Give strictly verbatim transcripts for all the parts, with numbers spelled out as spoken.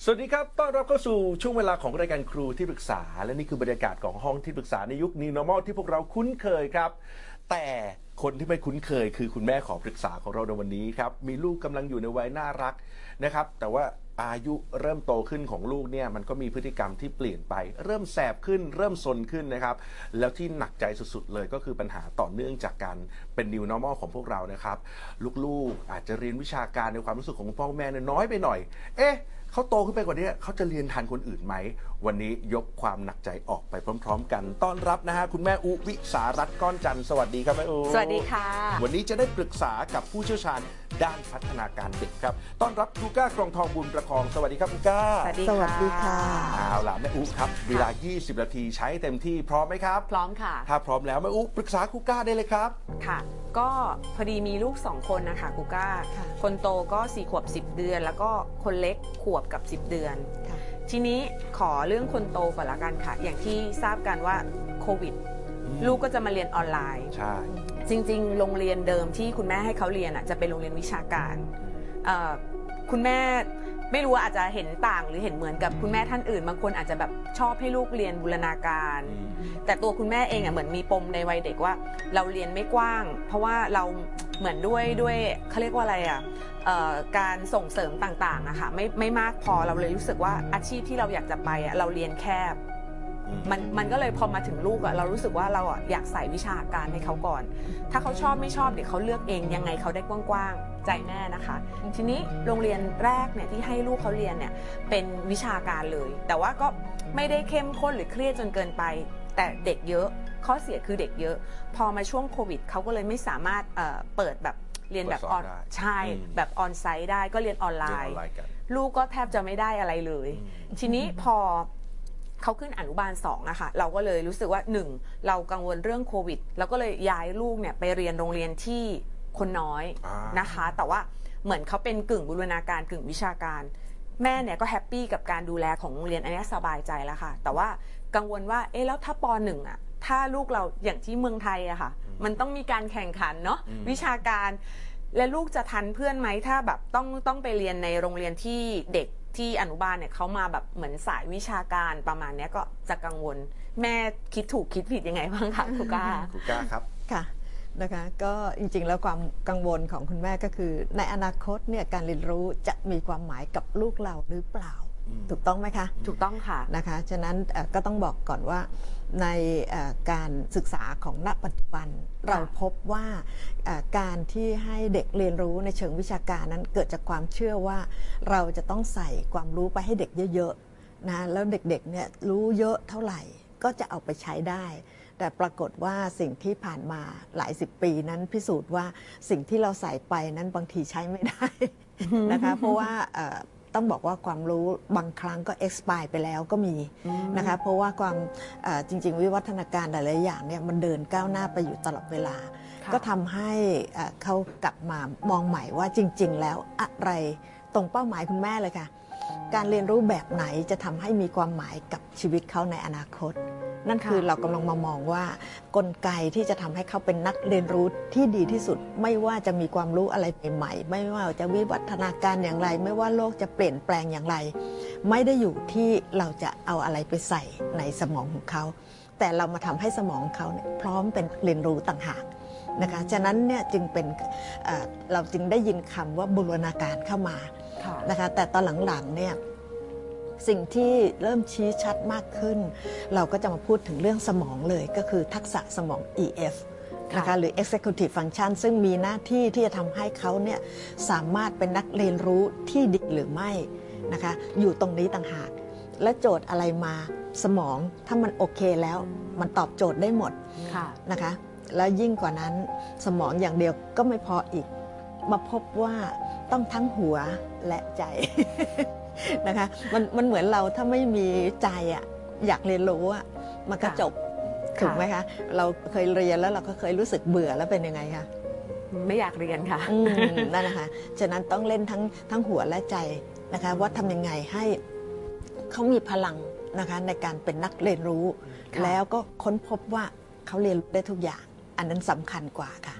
สวัสดีครับต้อนรับเข้าสู่ช่วงเวลาของรายการครูที่ปรึกษาและนี่คือบรรยากาศของห้องที่ปรึกษาในยุค New Normal ที่พวกเราคุ้นเคยครับแต่คนที่ไม่คุ้นเคยคือคุณแม่ขอปรึกษาของเราในวันนี้ครับมีลูกกำลังอยู่ในวัยน่ารักนะครับแต่ว่าอายุเริ่มโตขึ้นของลูกเนี่ยมันก็มีพฤติกรรมที่เปลี่ยนไปเริ่มแสบขึ้นเริ่มซนขึ้นนะครับแล้วที่หนักใจสุดๆเลยก็คือปัญหาต่อเนื่องจากการเป็น New Normal ของพวกเรานะครับลูกๆอาจจะเรียนวิชาการในความรู้สึกของพ่อแม่น้อยไปหน่อยเอ๊ะเขาโตขึ้นไปกว่านี้เขาจะเรียนทันคนอื่นไหมวันนี้ยกความหนักใจออกไปพร้อมๆกันต้อนรับนะฮะคุณแม่อุวิสารัตน์ก้อนจันทร์สวัสดีครับแม่อุสวัสดีค่ะวันนี้จะได้ปรึกษากับผู้เชี่ยวชาญด้านพัฒนาการเด็กครับต้อนรับครูก้ากรองทองบุญประคองสวัสดีครับครูก้าสวัสดีค่ะเอาล่ะแม่อุครับเวลายี่สิบนาทีใช้เต็มที่พร้อมไหมครับพร้อมค่ะถ้าพร้อมแล้วแม่อุปรึกษาครูก้าได้เลยครับค่ะก็พอดีมีลูกสองคนนะคะครูก้าคนโตก็สี่ขวบสิบเดือนแล้วก็คนเล็กขวบกับสิบเดือนทีนี้ขอเรื่องคนโตก่อนละกันค่ะอย่างที่ทราบกันว่าโควิดลูกก็จะมาเรียนออนไลน์ใช่จริงๆโรงเรียนเดิมที่คุณแม่ให้เขาเรียนอ่ะจะเป็นโรงเรียนวิชาการคุณแม่ไม่รู้ว่าอาจจะเห็นต่างหรือเห็นเหมือนกับคุณแม่ท่านอื่นบางคนอาจจะแบบชอบให้ลูกเรียนบูรณาการแต่ตัวคุณแม่เองอ่ะเหมือนมีปมในวัยเด็กว่าเราเรียนไม่กว้างเพราะว่าเราเหมือนด้วยด้วยเขาเรียกว่าอะไรอ่ะการส่งเสริมต่างๆอะค่ะไม่ไม่มากพอเราเลยรู้สึกว่าอาชีพที่เราอยากจะไปอ่ะเราเรียนแคบมันมันก็เลยพอมาถึงลูกอะเรารู้สึกว่าเราอะอยากใส่วิชาการให้เขาก่อนถ้าเขาชอบไม่ชอบเดี๋ยวเขาเลือกเองยังไงเขาได้กว้างๆใจแม่นะคะทีนี้โรงเรียนแรกเนี่ยที่ให้ลูกเขาเรียนเนี่ยเป็นวิชาการเลยแต่ว่าก็ไม่ได้เข้มข้นหรือเครียดจนเกินไปแต่เด็กเยอะข้อเสียคือเด็กเยอะพอมาช่วงโควิดเขาก็เลยไม่สามารถเอ่อเปิดแบบเรียนแบบออนใช่แบบออนไซต์ได้ก็เรียนออนไลน์ลูกก็แทบจะไม่ได้อะไรเลยทีนี้พอเขาขึ้นอนุบาลสองอะค่ะเราก็เลยรู้สึกว่าหนึ่งเรากังวลเรื่องโควิดเราก็เลยย้ายลูกเนี่ยไปเรียนโรงเรียนที่คนน้อยนะคะแต่ว่าเหมือนเขาเป็นกึ่งบูรณาการกึ่งวิชาการแม่เนี่ยก็แฮปปี้กับการดูแลของโรงเรียนอันนี้สบายใจแล้วค่ะแต่ว่ากังวลว่าเอ๊ะแล้วถ้าป.หนึ่งอะถ้าลูกเราอย่างที่เมืองไทยอะค่ะมันต้องมีการแข่งขันเนาะวิชาการและลูกจะทันเพื่อนไหมถ้าแบบต้องต้องไปเรียนในโรงเรียนที่เด็กที่อนุบาลเนี่ยเขามาแบบเหมือนสายวิชาการประมาณนี้ก็จะกังวลแม่คิดถูกคิดผิดยังไงบ้างคะครูก้าครูก้าครับค่ะนะคะก็จริงๆแล้วความกังวลของคุณแม่ก็คือในอนาคตเนี่ยการเรียนรู้จะมีความหมายกับลูกเราหรือเปล่าถูกต้องไหมคะถูกต้องค่ะนะคะฉะนั้นก็ต้องบอกก่อนว่าในการศึกษาของณปัจจุบันเราพบว่าการที่ให้เด็กเรียนรู้ในเชิงวิชาการนั้นเกิดจากความเชื่อว่าเราจะต้องใส่ความรู้ไปให้เด็กเยอะๆนะแล้วเด็กๆเนี่ยรู้เยอะเท่าไหร่ก็จะเอาไปใช้ได้แต่ปรากฏว่าสิ่งที่ผ่านมาหลายสิบปีนั้นพิสูจน์ว่าสิ่งที่เราใส่ไปนั้นบางทีใช้ไม่ได้นะคะเพราะว่าต้องบอกว่าความรู้บางครั้งก็ expire ไปแล้วก็มีนะคะเพราะว่าความจริงๆวิวัฒนาการหลายๆอย่างเนี่ยมันเดินก้าวหน้าไปอยู่ตลอดเวลาก็ทำให้เขากลับมามองใหม่ว่าจริงๆแล้วอะไรตรงเป้าหมายคุณแม่เลยค่ะการเรียนรู้แบบไหนจะทำให้มีความหมายกับชีวิตเขาในอนาคตนั่นคือเรากำลังมามองว่ากลไกที่จะทำให้เขาเป็นนักเรียนรู้ที่ดีที่สุดไม่ว่าจะมีความรู้อะไรใหม่ๆไม่ว่าจะวิวัฒนาการอย่างไรไม่ว่าโลกจะเปลี่ยนแปลงอย่างไรไม่ได้อยู่ที่เราจะเอาอะไรไปใส่ในสมองของเขาแต่เรามาทำให้สมองเขาเนี่ยพร้อมเป็นเรียนรู้ต่างหากนะคะฉะนั้นเนี่ยจึงเป็นเอ่อเราจึงได้ยินคำว่าบูรณาการเข้ามานะคะแต่ตอนหลังๆเนี่ยสิ่งที่เริ่มชี้ชัดมากขึ้นเราก็จะมาพูดถึงเรื่องสมองเลยก็คือทักษะสมอง อี เอฟ นะคะหรือ Executive Function ซึ่งมีหน้าที่ที่จะทำให้เขาเนี่ยสามารถเป็นนักเรียนรู้ที่ดีหรือไม่นะคะอยู่ตรงนี้ต่างหากและโจทย์อะไรมาสมองถ้ามันโอเคแล้วมันตอบโจทย์ได้หมดนะคะแล้วยิ่งกว่านั้นสมองอย่างเดียวก็ไม่พออีกมาพบว่าต้องทั้งหัวและใจนะคะมันมันเหมือนเราถ้าไม่มีใจอ่ะอยากเรียนรู้อ่ะมันก็จบถูกไหมคะเราเคยเรียนแล้วเราก็เคยรู้สึกเบื่อแล้วเป็นยังไงคะไม่อยากเรียนค่ะนั่นนะคะฉะนั้นต้องเล่นทั้งทั้งหัวและใจนะคะว่าทำยังไงให้เขามีพลังนะคะในการเป็นนักเรียนรู้แล้วก็ค้นพบว่าเขาเรียนรู้ได้ทุกอย่างอันนั้นสำคัญกว่าค่ะ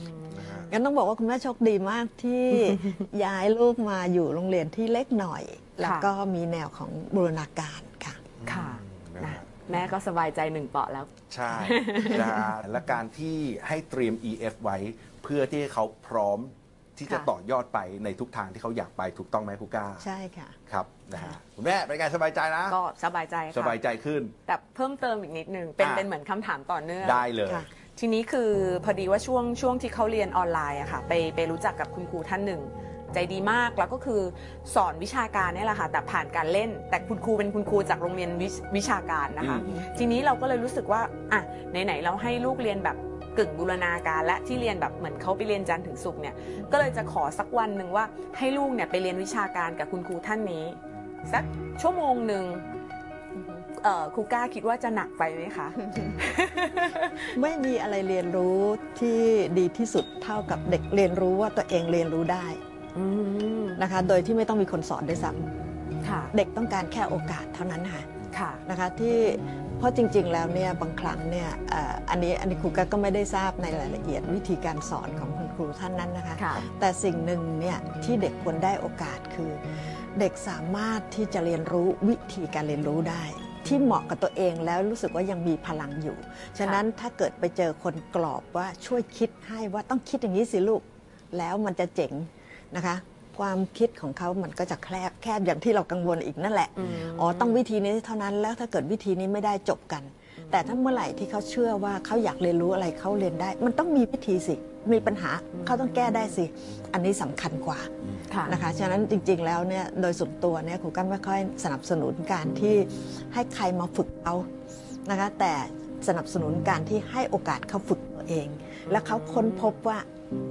งั้นต้องบอกว่าคุณแม่โชคดีมากที่ย้ายลูกมาอยู่โรงเรียนที่เล็กหน่อยแล้วก็มีแนวของบูรณาการค่ะค่ะนะนะฮะแม่ก็สบายใจหนึ่งเปาะแล้วใช่นะฮะและการที่ให้เตรียม อี เอฟ ไว้เพื่อที่ให้เขาพร้อมที่จะค่ะต่อยอดไปในทุกทางที่เขาอยากไปถูกต้องไหมครูก้าใช่ค่ะครับนะฮะคุณแม่เป็นไงสบายใจนะก็สบายใจค่ะสบายใจขึ้นแต่เพิ่มเติมอีกนิดนึงเป็นอ่ะเป็นเหมือนคำถามต่อเนื่องได้เลยค่ะทีนี้คือพอดีว่าช่วงช่วงที่เขาเรียนออนไลน์อะค่ะไปไปรู้จักกับคุณครูท่านหนึ่ง ใจดีมากแล้วก็คือสอนวิชาการเนี่ยแหละค่ะแต่ผ่านการเล่น แต่คุณครูเป็นคุณครูจากโรงเรียนวิวิชาการนะคะอืมทีนี้เราก็เลยรู้สึกว่าอ่ะไหนๆเราให้ลูกเรียนแบบกึ่งบูรณาการและที่เรียนแบบเหมือนเขาไปเรียนจันทร์ถึงศุกร์เนี่ยก็เลยจะขอสักวันหนึ่งว่าให้ลูกเนี่ยไปเรียนวิชาการกับคุณครูท่านนี้ สักชั่วโมงหนึ่งเอ่อครูก้าคิดว่าจะหนักไปไหมคะไม่มีอะไรเรียนรู้ที่ดีที่สุดเท่ากับเด็กเรียนรู้ว่าตัวเองเรียนรู้ได้อืมนะคะ โดยที่ไม่ต้องมีคนสอนด้วยซ้ค่ะำเด็กต้องการแค่โอกาสเท่านั้นค่ะค่ะนะคะที่เพราะจริงๆแล้วเนี่ยบางครั้งเนี่ยเอ่ออันนี้อันนี้ครูก็ไม่ได้ทราบในรายละเอียดวิธีการสอนของคุณครูท่านนั้นนะคะค่ะแต่สิ่งหนึ่งเนี่ยที่เด็กควรได้โอกาสคือ เด็กสามารถที่จะเรียนรู้วิธีการเรียนรู้ได้ ที่เหมาะกับตัวเองแล้วรู้สึกว่ายังมีพลังอยู่ ฉะนั้นถ้าเกิดไปเจอคนกรอบว่าช่วยคิดให้ว่าต้องคิดอย่างนี้สิลูกแล้วมันจะเจ๋งนะคะ ความคิดของเขามันก็จะแคบแคบอย่างที่เรากังวลอีกนั่นแหละอืมอ๋อต้องวิธีนี้เท่านั้นแล้วถ้าเกิดวิธีนี้ไม่ได้จบกัน แต่ถ้าเมื่อไหร่ที่เขาเชื่อว่าเขาอยากเรียนรู้อะไรเขาเรียนได้ มันต้องมีวิธีสิมีปัญหาเขาต้องแก้ได้สิอันนี้สำคัญกว่าค่ะนะคะฉะนั้นจริงๆแล้วเนี่ยโดยส่วนตัวเนี่ยครูก็ไม่ค่อยสนับสนุนการที่ให้ใครมาฝึกเอานะคะแต่สนับสนุนการที่ให้โอกาสเขาฝึกตัวเอง แล้วเขาค้นพบว่า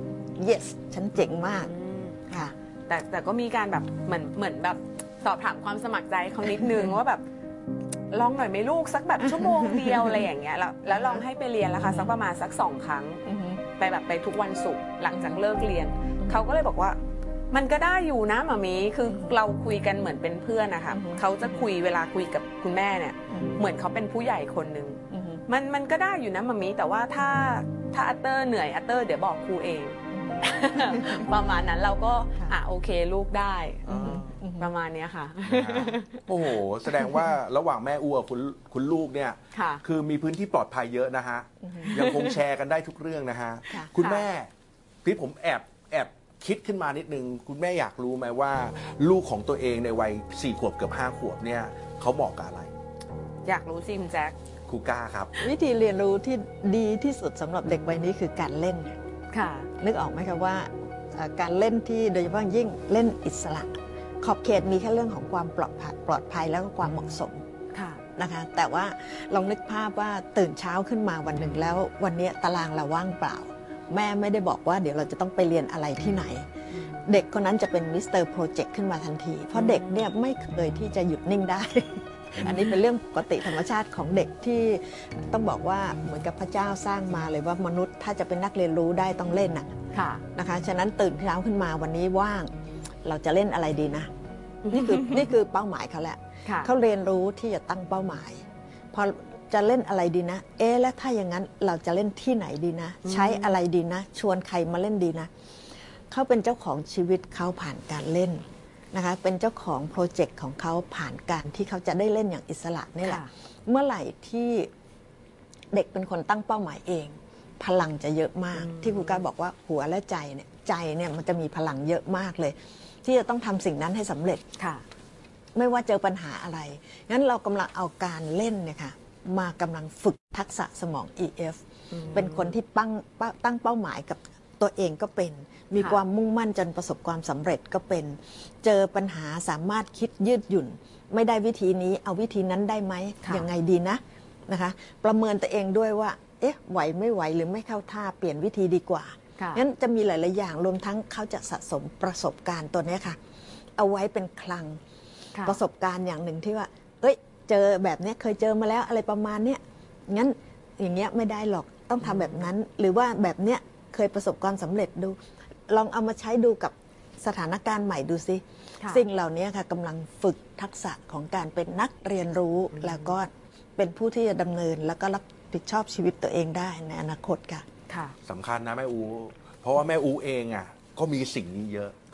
yes ฉันเจ๋งมากอืมค่ะแต่แต่ก็มีการแบบเหมือนเหมือนแบบสอบถามความสมัครใจเขานิดนึง ว่าแบบลองหน่อยไหมลูกสักแบบชั่วโมงเดียวอะไรอย่างเงี้ยแล้วแล้วลองให้ไปเรียนแล้วค่ะสักประมาณสักสองครั้ง ไปแบบไปทุกวันศุกร์หลังจากเลิกเรียนเขาก็เลยบอกว่ามันก็ได้อยู่นะหมามีคือเราคุยกันเหมือนเป็นเพื่อนนะคะอือฮึเขาจะคุยเวลาคุยกับคุณแม่เนี่ย เหมือนเขาเป็นผู้ใหญ่คนหนึ่งมันมันก็ได้อยู่นะหมามีแต่ว่าถ้าถ้าอัตเตอร์เหนื่อยอัตเตอร์เดี๋ยวบอกครูเอง ประมาณนั้นเราก็ค่ะอ่ะโอเคลูกได้อ๋อประมาณเนี้ยค่ะนะฮะโอ้โหแสดงว่าระหว่างแม่อูกับคุณคุณลูกเนี่ยค่ะคือมีพื้นที่ปลอดภัยเยอะนะฮะยังคงแชร์กันได้ทุกเรื่องนะฮะค่ะคุณแม่ที่ผมแอบแอบคิดขึ้นมานิดนึงคุณแม่อยากรู้ไหมว่า ลูกของตัวเองในวัยสี่ขวบเกือบห้าขวบเนี่ยเขาเหมาะกับอะไรอยากรู้สิคุณแจ็คครูก้าครับวิธีเรียนรู้ที่ดีที่สุดสำหรับเด็กวัยนี้คือการเล่นค่ะนึกออกไหมคะว่าเอ่อการเล่นที่โดยเฉพาะยิ่งเล่นอิสระ ขอบเขตมีแค่เรื่องของความปลอดภัยปลอดภัยแล้วก็ความเหมาะสมค่ะนะคะแต่ว่าลองนึกภาพว่าตื่นเช้าขึ้นมาวันหนึ่งแล้ววันนี้ตารางเราว่างเปล่า แม่ไม่ได้บอกว่าเดี๋ยวเราจะต้องไปเรียนอะไรที่ไหน เด็กคนนั้นจะเป็นมิสเตอร์โปรเจกต์ขึ้นมาทันที เพราะเด็กเนี่ยไม่เคยที่จะหยุดนิ่งได้ อันนี้เป็นเรื่องปกติธรรมชาติของเด็กที่ต้องบอกว่าเหมือนกับพระเจ้าสร้างมาเลยว่ามนุษย์ถ้าจะเป็นนักเรียนรู้ได้ต้องเล่นน่ะค่ะนะคะฉะนั้นตื่นเช้าขึ้นมาวันนี้ว่างเราจะเล่นอะไรดีนะ นี่คือนี่คือเป้าหมายเขาแหละค่ะเขาเรียนรู้ที่จะตั้งเป้าหมาย พอจะเล่นอะไรดีนะ เอ๊ะแล้วถ้าอย่างนั้นเราจะเล่นที่ไหนดีนะ ใช้อะไรดีนะ ชวนใครมาเล่นดีนะ เขาเป็นเจ้าของชีวิตเขาผ่านการเล่นนะคะ เป็นเจ้าของโปรเจกต์ของเขาผ่านการที่เขาจะได้เล่นอย่างอิสระนี่แหละค่ะเมื่อไหร่ที่เด็กเป็นคนตั้งเป้าหมายเอง พลังจะเยอะมาก ที่ครูก้าบอกว่าหัวและใจเนี่ยใจเนี่ยมันจะมีพลังเยอะมากเลย ที่จะต้องทำสิ่งนั้นให้สำเร็จค่ะไม่ว่าเจอปัญหาอะไร งั้นเรากำลังเอาการเล่นเนี่ยค่ะมากำลังฝึกทักษะสมอง อี เอฟ เป็นคนที่ตั้งตั้งเป้าหมายกับตัวเองก็เป็น มีค่ะความมุ่งมั่นจนประสบความสำเร็จก็เป็น เจอปัญหาสามารถคิดยืดหยุ่น ไม่ได้วิธีนี้เอาวิธีนั้นได้ไหมค่ะยังไงดีนะนะคะ ประเมินตัวเองด้วยว่า เอ๊ะไหวไม่ไหวหรือไม่เข้าท่าเปลี่ยนวิธีดีกว่าค่ะงั้นจะมีหลาย ๆ อย่างรวมทั้งเขาจะสะสมประสบการณ์ตัวเนี้ยค่ะ เอาไว้เป็นคลังค่ะประสบการณ์อย่างหนึ่งที่ว่า เอ้ย เจอแบบเนี้ยเคยเจอมาแล้วอะไรประมาณเนี้ย งั้นอย่างเงี้ยไม่ได้หรอก ต้องทำแบบนั้น หรือว่าแบบเนี้ยเคยประสบความสำเร็จดู ลองเอามาใช้ดูกับสถานการณ์ใหม่ดูสิค่ะสิ่งเหล่านี้ค่ะกำลังฝึกทักษะของการเป็นนักเรียนรู้ แล้วก็เป็นผู้ที่จะดำเนิน แล้วก็รับผิดชอบชีวิตตัวเองได้ในอนาคตค่ะค่ะสำคัญนะแม่อู เพราะว่าแม่อูเองอ่ะก็มีสิ่งนี้เยอะ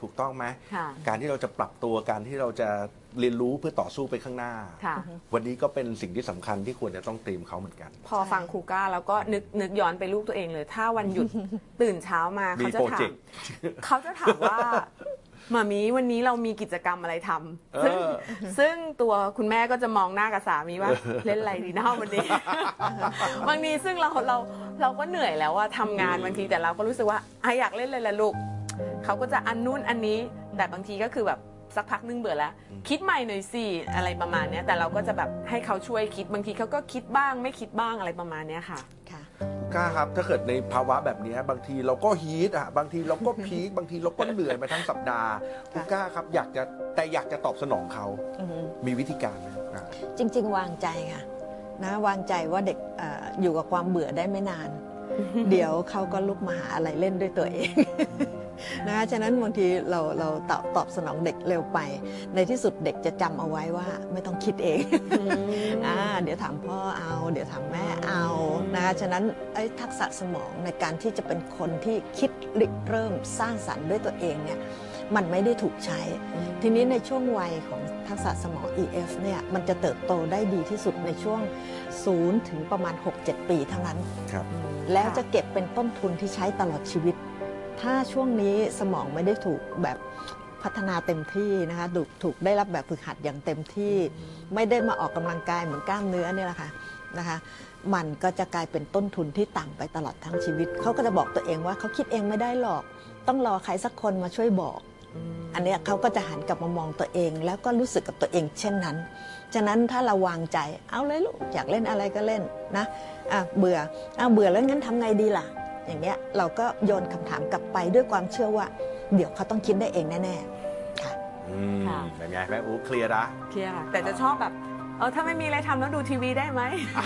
ถูกต้องไหมค่ะการที่เราจะปรับตัวการที่เราจะเรียนรู้เพื่อต่อสู้ไปข้างหน้าค่ะวันนี้ก็เป็นสิ่งที่สำคัญที่ควรจะต้องเตรียมเขาเหมือนกันพอฟังครูก้าแล้วก็นึกนึกย้อนไปลูกตัวเองเลย ถ้าวันหยุด ตื่นเช้ามามีเขาจะโปรถาเจมกต์เขาจะถามว่าหมามีวันนี้เรามีกิจกรรมอะไรทำซึ่งเออซึ่งตัวคุณแม่ก็จะมองหน้ากับสามีว่า เล่นอะไรดีนะวันนี้ บางทีซึ่งเราเราเราก็เหนื่อยแล้วว่าทำงานบางทีแต่เราก็รู้สึกว่าอ่ะอยากเล่นเลยละลูกเขาก็จะอันนู้นอันนี้ แต่บางทีก็คือแบบสักพักนึงเบื่อแล้ว คิดใหม่หน่อยสิอะไรประมาณเนี้ยแต่เราก็จะแบบให้เขาช่วยคิดบางทีเขาก็คิดบ้างไม่คิดบ้างอะไรประมาณเนี้ยค่ะค่ะกล้าครับถ้าเกิดในภาวะแบบนี้บางทีเราก็ฮีทอ่ะบางทีเราก็พีคบางทีเราก็เหนื่อยมาทั้งสัปดาห์คุณกล้าครับอยากจะแต่อยากจะตอบสนองเขาอือฮึมีวิธีการไหมอ่ะจริง ๆ วางใจค่ะนะวางใจว่าเด็กเอออยู่กับความเบื่อได้ไม่นาน เดี๋ยวเขาก็ลุกมาหาอะไรเล่นด้วยตัวเอง นะคะฉะนั้นบางทีเราเราตอบตอบสนองเด็กเร็วไป ในที่สุดเด็กจะจำเอาไว้ว่าไม่ต้องคิดเอง อ่าเดี๋ยวถามพ่อเอา เดี๋ยวถามแม่เอานะคะฉะนั้นไอ้ทักษะสมองในการที่จะเป็นคนที่คิดริเริ่มสร้างสรรค์ด้วยตัวเองเนี่ยมันไม่ได้ถูกใช้ ทีนี้ในช่วงวัยของทักษะสมอง อี เอฟ เนี่ยมันจะเติบโตได้ดีที่สุดในช่วงศูนย์ถึงประมาณ หกเจ็ด ปีเท่านั้นครับแล้วจะเก็บเป็นต้นทุนที่ใช้ตลอดชีวิต ถ้าช่วงนี้สมองไม่ได้ถูกแบบพัฒนาเต็มที่นะคะถูกถูกได้รับแบบฝึกหัดอย่างเต็มที่ ไม่ได้มาออกกำลังกายเหมือนกล้ามเนื้อเนี่ยแหละค่ะนะคะ มันก็จะกลายเป็นต้นทุนที่ต่ำไปตลอดทั้งชีวิต เขาก็จะบอกตัวเองว่าเขาคิดเองไม่ได้หรอก ต้องรอใครสักคนมาช่วยบอก อันเนี้ยเขาก็จะหันกลับมามองตัวเอง แล้วก็รู้สึกกับตัวเองเช่นนั้น ฉะนั้นถ้าเราวางใจเอาเลยลูกอยากเล่นอะไรก็เล่นนะอ่ะเบื่อเอาเบื่อแล้วงั้นทำไงดีล่ะอย่างเงี้ยเราก็โยนคำถามกลับไปด้วยความเชื่อว่า เดี๋ยวเขาต้องคิดได้เองแน่ๆค่ะอืมค่ะเป็นไงแม่อู๋เคลียร์นะเคลียร์ค่ะแต่จะชอบแบบเออถ้าไม่มีอะไรทำแล้วดูทีวีได้ไหม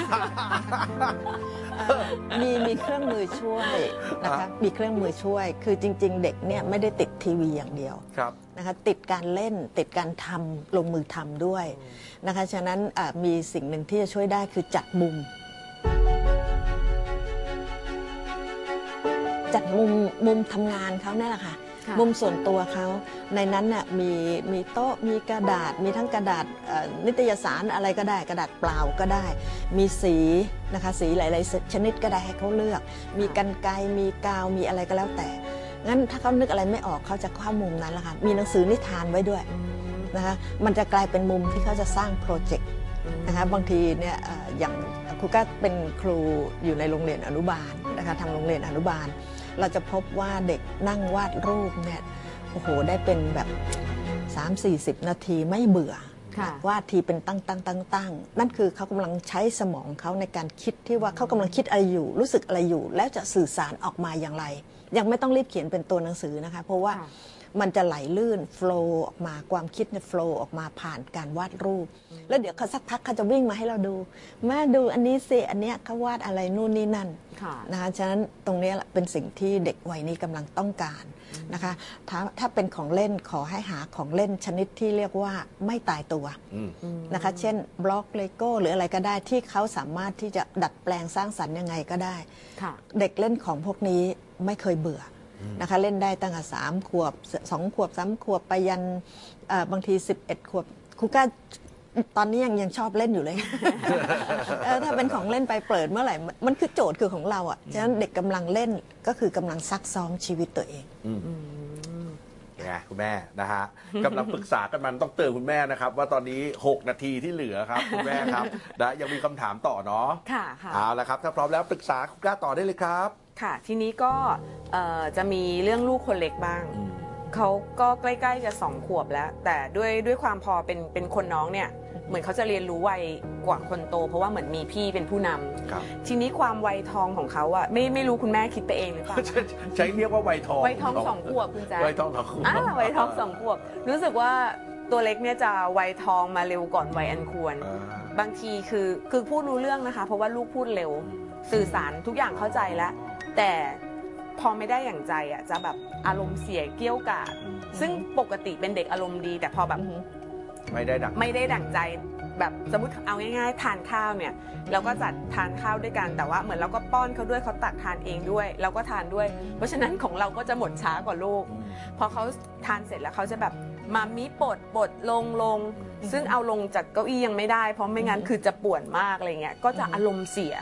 มีมีเครื่องมือช่วยนะคะมีเครื่องมือช่วย คือจริง ๆ เด็กเนี่ยไม่ได้ติดทีวีอย่างเดียวครับนะคะติดการเล่นติดการทำลงมือทำด้วยนะคะฉะนั้นอ่ะมีสิ่งหนึ่งที่จะช่วยได้คือจัดมุม จัดมุมมุมทำงานเขาเนี่ยแหละค่ะค่ะมุมส่วนตัวเขาในนั้นน่ะมีมีโต๊ะมีกระดาษมีทั้งกระดาษเอ่อนิตยสารอะไรก็ได้กระดาษเปล่าก็ได้ มีสีนะคะสีหลายๆชนิดก็ได้ให้เขาเลือก มีกรรไกรมีกาวมีอะไรก็แล้วแต่งั้นถ้าเขานึกอะไรไม่ออกเขาจะเข้ามุมนั้นแหละค่ะมีหนังสือนิทานไว้ด้วยนะคะมันจะกลายเป็นมุมที่เขาจะสร้างโปรเจกต์นะคะบางทีเนี่ยเอ่ออย่างครูก็เป็นครูอยู่ในโรงเรียนอนุบาลนะคะทำโรงเรียนอนุบาล เราจะพบว่าเด็กนั่งวาดรูปเนี่ยโอ้โหได้เป็นแบบ สามสี่สิบ นาทีไม่เบื่อค่ะวาดทีเป็นตั้งตั้งตั้งตั้งนั่นคือเขากำลังใช้สมองเขาในการคิดที่ว่าเขากำลังคิดอะไรอยู่รู้สึกอะไรอยู่ แล้วจะสื่อสารออกมาอย่างไร ยังไม่ต้องรีบเขียนเป็นตัวหนังสือนะคะเพราะว่าค่ะมันจะไหลลื่นโฟล์ออกมาความคิดเนี่ยโฟล์ออกมาผ่านการวาดรูป แล้วเดี๋ยวเขาสักพักเขาจะวิ่งมาให้เราดูแม่ดูอันนี้สิอันเนี้ยเขาวาดอะไรนู่นนี่นั่นค่ะนะคะฉะนั้นตรงนี้แหละเป็นสิ่งที่เด็กวัยนี้กำลังต้องการนะคะถ้าถ้าเป็นของเล่นขอให้หาของเล่นชนิดที่เรียกว่าไม่ตายตัวอืมนะคะเช่นบล็อกเลโก้หรืออะไรก็ได้ที่เขาสามารถที่จะดัดแปลงสร้างสรรค์ยังไงก็ได้ค่ะเด็กเล่นของพวกนี้ไม่เคยเบื่ออนะคะเล่นได้ตั้งแต่สามขวบสองขวบสามขวบไปยันเอ่อบางทีสิบเอ็ดขวบครูก้าตอนนี้ยังยังชอบเล่นอยู่เลย เออถ้าเป็นของเล่นไปเปิดเมื่อไหร่มันมันคือโจทย์คือของเราอ่ะฉะนั้นเด็กกำลังเล่นก็คือกำลังซักซ้อมชีวิตตัวเองไงคุณแม่นะฮะกำลังปรึกษากันมันต้องเตือนคุณแม่นะครับ ว่าตอนนี้หกนาทีที่เหลือครับคุณแม่ครับนะยังมีคำถามต่อเนาะค่ะค่ะเอาละครับถ้าพร้อมแล้วปรึกษาคุณกล้าต่อได้เลยครับค่ะ ทีนี้ก็เอ่อจะมีเรื่องลูกคนเล็กบ้าง เขาก็ใกล้ๆจะสองขวบแล้ว แต่ด้วยด้วยความพอเป็นเป็นคนน้องเนี่ยเหมือนเขาจะเรียนรู้ไวกว่าคนโต เพราะว่าเหมือนมีพี่เป็นผู้นำครับทีนี้ความไวทองของเขาอะไม่ไม่รู้คุณแม่คิดไปเองหรือเปล่าใช้เรียกว่าไวทองไวทองสองขวบคุณแจ๊คไวทองสองขวบอ่าไวทองสองขวบรู้สึกว่าตัวเล็กเนี่ยจะไวทองมาเร็วก่อนวัยอันควรอ่าบางทีคือคือพูดรู้เรื่องนะคะ เพราะว่าลูกพูดเร็ว สื่อสารทุกอย่างเข้าใจแล้ว แต่พอไม่ได้อย่างใจอ่ะจะแบบอารมณ์เสียเกี้ยวกาดซึ่งปกติเป็นเด็กอารมณ์ดี แต่พอแบบไม่ได้ดังไม่ได้ดั่งใจแบบสมมติเอาง่ายๆทานข้าวเนี่ยเราก็จัดทานข้าวด้วยกันแต่ว่าเหมือนเราก็ป้อนเขาด้วยเขาตักทานเองด้วยเราก็ทานด้วย เพราะฉะนั้นของเราก็จะหมดช้ากว่าลูกพอเขาทานเสร็จแล้วเขาจะแบบมามิปลดปลดลงลงซึ่งเอาลงจากเก้าอี้ยังไม่ได้เพราะไม่งั้นคือจะป่วนมากอะไรเงี้ยก็จะอารมณ์เสีย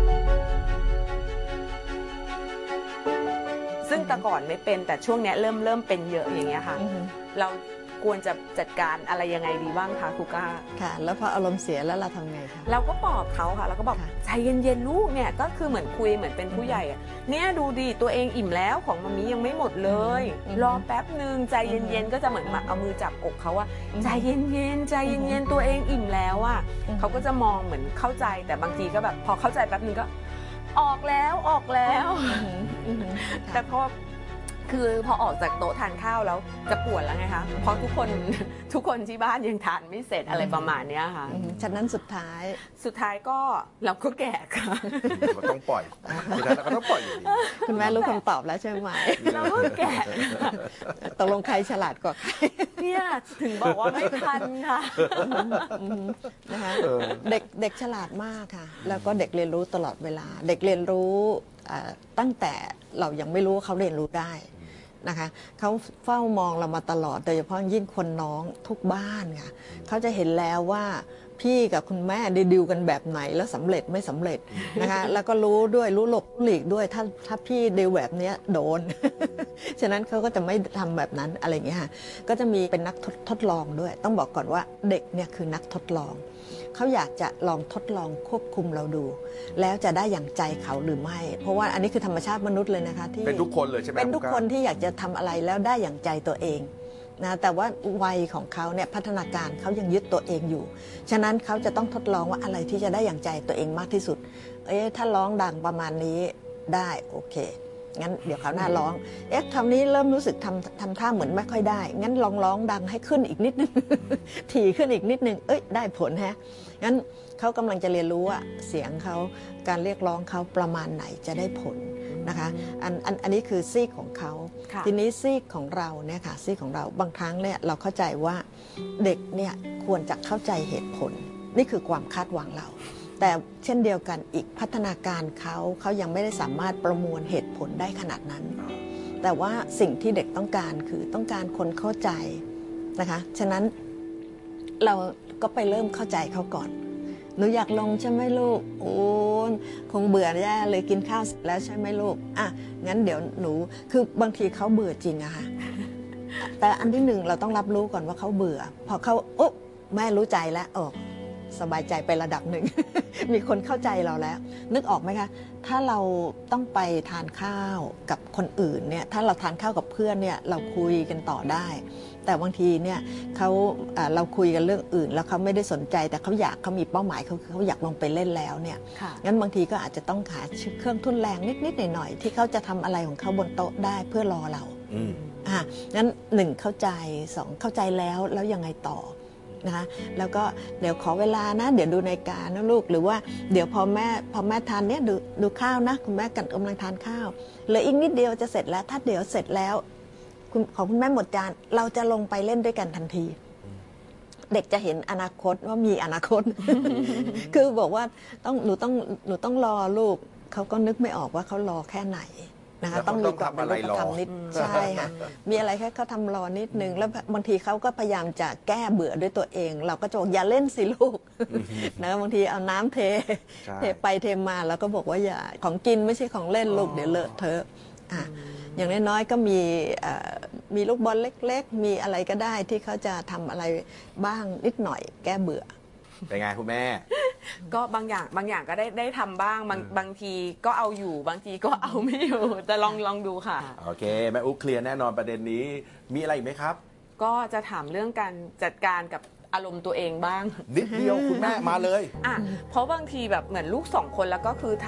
ซึ่งแต่ก่อนไม่เป็นแต่ช่วงนี้เริ่มเริ่มเป็นเยอะอย่างเงี้ยค่ะเราควรจะจัดการอะไรยังไงดีบ้างคะครูก้าค่ะแล้วพออารมณ์เสียแล้วเราทำไงคะเราก็ปลอบเขาค่ะเราก็บอกใจเย็นๆลูกเนี่ยก็คือเหมือนคุยเหมือนเป็นผู้ใหญ่อะเนี่ยดูดิตัวเองอิ่มแล้วของมัมมี่ยังไม่หมดเลยรอแป๊บนึงใจเย็นๆก็จะเหมือนมาเอามือจับอกเขาว่าใจเย็นๆใจเย็นๆตัวเองอิ่มแล้วอ่ะเขาก็จะมองเหมือนเข้าใจแต่บางทีก็แบบพอเข้าใจแป๊บนึงก็ออกแล้วออกแล้วแต่พอคือพอออกจากโต๊ะทานข้าวแล้วจะปวดแล้วไงคะเพราะทุกคนทุกคนที่บ้านยังทานไม่เสร็จอะไรประมาณนี้ค่ะฉะนั้นสุดท้ายสุดท้ายก็เราก็แก่ค่ะก็ต้องปล่อยสุดท้ายเราก็ต้องปล่อยอยู่ดีคุณแม่รู้คำตอบแล้วใช่ไหมเราก็แก่ตกลงใครฉลาดกว่าใครเนี่ยถึงบอกว่าไม่ทันค่ะนะคะเด็กเด็กฉลาดมากค่ะแล้วก็เด็กเรียนรู้ตลอดเวลาเด็กเรียนรู้ตั้งแต่เรายังไม่รู้ว่าเขาเรียนรู้ได้นะคะเขาเฝ้ามองเรามาตลอดโดยเฉพาะยิ่งคนน้องทุกบ้านค่ะเขาจะเห็นแล้วว่าพี่กับคุณแม่ได้ดิวกันแบบไหนแล้วสำเร็จไม่สำเร็จนะคะแล้วก็รู้ด้วยรู้หลบหลีกด้วยถ้าถ้าพี่ดิวแบบนี้โดน ฉะนั้นเขาก็จะไม่ทำแบบนั้นอะไรอย่างเงี้ยค่ะก็จะมีเป็นนักทดทดลองด้วยต้องบอกก่อนว่าเด็กเนี่ยคือนักทดลองเขาอยากจะลองทดลองควบคุมเราดูแล้วจะได้อย่างใจเขาหรือไม่เพราะว่าอันนี้คือธรรมชาติมนุษย์เลยนะคะที่เป็นทุกคนเลยใช่ไหมเป็นทุกคนที่อยากจะทำอะไรแล้วได้อย่างใจตัวเองนะแต่ว่าวัยของเขาเนี่ยพัฒนาการเขายังยึดตัวเองอยู่ฉะนั้นเขาจะต้องทดลองว่าอะไรที่จะได้อย่างใจตัวเองมากที่สุดเอ๊ะถ้าร้องดังประมาณนี้ได้โอเคงั้นเดี๋ยวเขาหน้าร้องเอ๊ะคำนี้เริ่มรู้สึกทำทำท่าเหมือนไม่ค่อยได้งั้นลองร้องดังให้ขึ้นอีกนิดนึง ถี่ขึ้นอีกนิดนึงเอ้ยได้ผลฮะงั้นเขากำลังจะเรียนรู้ว่าเสียงเขาการเรียกร้องเขาประมาณไหนจะได้ผลนะคะอันอันอันนี้คือซีกของเขาทีนี้ซีกของเราเนี่ยค่ะซีกของเราบางครั้งเนี่ยเราเข้าใจว่าเด็กเนี่ยควรจะเข้าใจเหตุผลนี่คือความคาดหวังเราแต่เช่นเดียวกันอีกพัฒนาการเขาเขายังไม่ได้สามารถประมวลเหตุผลได้ขนาดนั้นแต่ว่าสิ่งที่เด็กต้องการคือต้องการคนเข้าใจนะคะฉะนั้นเราก็ไปเริ่มเข้าใจเขาก่อนหนูอยากลงใช่ไหมลูกโอ้คงเบื่อแย่เลยกินข้าวแล้วใช่ไหมลูกอ่ะงั้นเดี๋ยวหนูคือบางทีเขาเบื่อจริงอะค่ะแต่อันที่หนึ่งเราต้องรับรู้ก่อนว่าเขาเบื่อพอเขาโอ้แม่รู้ใจแล้วโอ้สบายใจไประดับหนึ่ง มีคนเข้าใจเราแล้วนึกออกไหมคะถ้าเราต้องไปทานข้าวกับคนอื่นเนี่ยถ้าเราทานข้าวกับเพื่อนเนี่ยเราคุยกันต่อได้แต่บางทีเนี่ยเขาเราคุยกันเรื่องอื่นแล้วเขาไม่ได้สนใจแต่เขาอยากเขามีเป้าหมายเขาเขาอยากลงไปเล่นแล้วเนี่ยงั้นบางทีก็อาจจะต้องหาเครื่องทุ่นแรงนิดๆหน่อยๆที่เขาจะทำอะไรของเขาบนโต๊ะได้เพื่อรอเราอ่างั้นหนึ่งเข้าใจสองเข้าใจแล้วแล้วยังไงต่อนะคะแล้วก็เดี๋ยวขอเวลานะเดี๋ยวดูนาฬิกานะลูกหรือว่าเดี๋ยวพอแม่พอแม่ทานเนี้ยดูดูข้าวนะคุณแม่กันกำลังทานข้าวเหลืออีกนิดเดียวจะเสร็จแล้วถ้าเดี๋ยวเสร็จแล้วของคุณแม่หมดจานเราจะลงไปเล่นด้วยกันทันทีเด็กจะเห็นอนาคตว่ามีอนาคต คือบอกว่าต้องหนูต้องหนูต้องรอลูกเขาก็นึกไม่ออกว่าเขารอแค่ไหนนะคะต้องมีความเป็นรูปธรรมนิดใช่ค่ะมีอะไรแค่เขาทำรอนิดนึงแล้วบางทีเขาก็พยายามจะแก้เบื่อด้วยตัวเองเราก็จะบอกอย่าเล่นสิลูกนะบางทีเอาน้ำเทเทไปเทมาแล้วก็บอกว่าอย่าของกินไม่ใช่ของเล่นลูกเดี๋ยวเลอะเทอะอ่ะอย่างน้อยๆก็มีมีลูกบอลเล็กๆมีอะไรก็ได้ที่เขาจะทำอะไรบ้างนิดหน่อยแก้เบื่อเป็นไงคุณแม่ก็บางอย่างบางอย่างก็ได้ได้ทำบ้างบางบางทีก็เอาอยู่บางทีก็เอาไม่อยู่แต่ลองลองดูค่ะโอเคแม่อุ๊เคลียร์แน่นอนประเด็นนี้มีอะไรอีกไหมครับก็จะถามเรื่องการจัดการกับอารมณ์ตัวเองบ้างนิดเดียวคุณแม่มาเลยอ่ะเพราะบางทีแบบเหมือนลูกสองคนแล้วก็คือถาม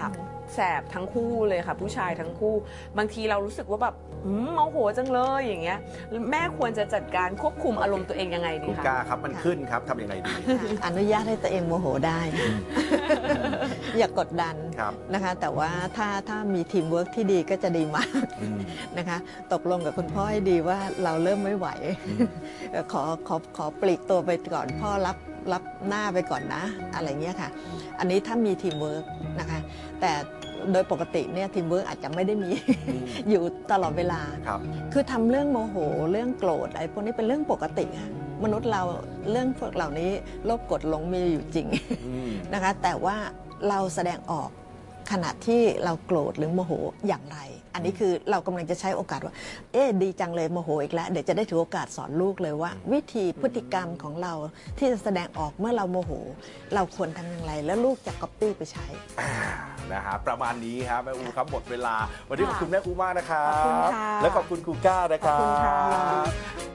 แสบทั้งคู่เลยค่ะผู้ชายทั้งคู่บางทีเรารู้สึกว่าแบบอืมโมโหจังเลยอย่างเงี้ยแม่ควรจะจัดการควบคุมอารมณ์ตัวเองยังไงดีคุณคะกาครับมันขึ้นครับทำยังไงดีอนุญาตให้ตัวเองโมโหได้ อย่ากดดันครับนะคะ แต่ว่าถ้าถ้ามีทีมเวิร์กที่ดีก็จะดีมากอืมนะคะ ตกลงกับคุณพ่อให้ดีว่าเราเริ่มไม่ไหว ขอขอขอปลีกตัวไปก่อนพ่อรับรับหน้าไปก่อนนะ อะไรเงี้ยค่ะ อันนี้ถ้ามีทีมเวิร์กนะคะ แต่โดยปกติเนี่ยทีมเวิร์กอาจจะไม่ได้มี อยู่ตลอดเวลาครับคือทำเรื่องโมโหเรื่องโกรธอะไรพวกนี้เป็นเรื่องปกติค่ะมนุษย์เราเรื่องพวกเหล่านี้โลภกดหลงมีอยู่จริงอืมนะคะ แต่ว่าเราแสดงออกขณะที่เราโกรธหรือโมโหอย่างไร อันนี้คือเรากำลังจะใช้โอกาสว่า เอ๊ะดีจังเลยโมโหอีกแล้วเดี๋ยวจะได้ถือโอกาสสอนลูกเลยว่า วิธีพฤติกรรมของเราที่จะแสดงออกเมื่อเราโมโห เราควรทำอย่างไร แล้วลูกจะก๊อปปี้ไปใช้อ่านะฮะประมาณนี้ครับแม่อูครับหมดเวลา วันนี้ขอบคุณแม่อูมากนะครัขอบคุณบค่ะและขอบคุณครูก้านะครัขอบคุณค่ะบ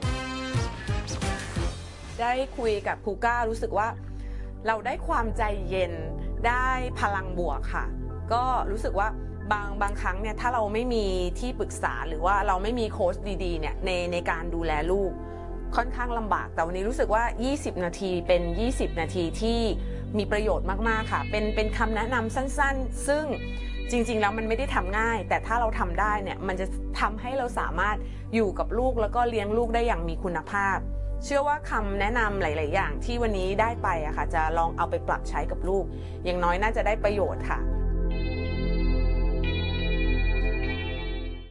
ได้คุยกับครูก้ารู้สึกว่าเราได้ความใจเย็นได้พลังบวกค่ะ ก็รู้สึกว่าบางบางครั้งเนี่ยถ้าเราไม่มีที่ปรึกษาหรือว่าเราไม่มีโค้ชดีๆเนี่ยในในการดูแลลูกค่อนข้างลำบากแต่วันนี้รู้สึกว่ายี่สิบนาทีเป็น ยี่สิบนาทีที่มีประโยชน์มากๆค่ะเป็นเป็นคำแนะนำสั้นๆ ซึ่งจริงๆแล้วมันไม่ได้ทำง่าย แต่ถ้าเราทำได้เนี่ยมันจะทำให้เราสามารถอยู่กับลูกแล้วก็เลี้ยงลูกได้อย่างมีคุณภาพ เชื่อว่าคำแนะนำหลายๆอย่างที่วันนี้ได้ไปอะค่ะจะลองเอาไปปรับใช้กับลูกอย่างน้อยน่าจะได้ประโยชน์ค่ะ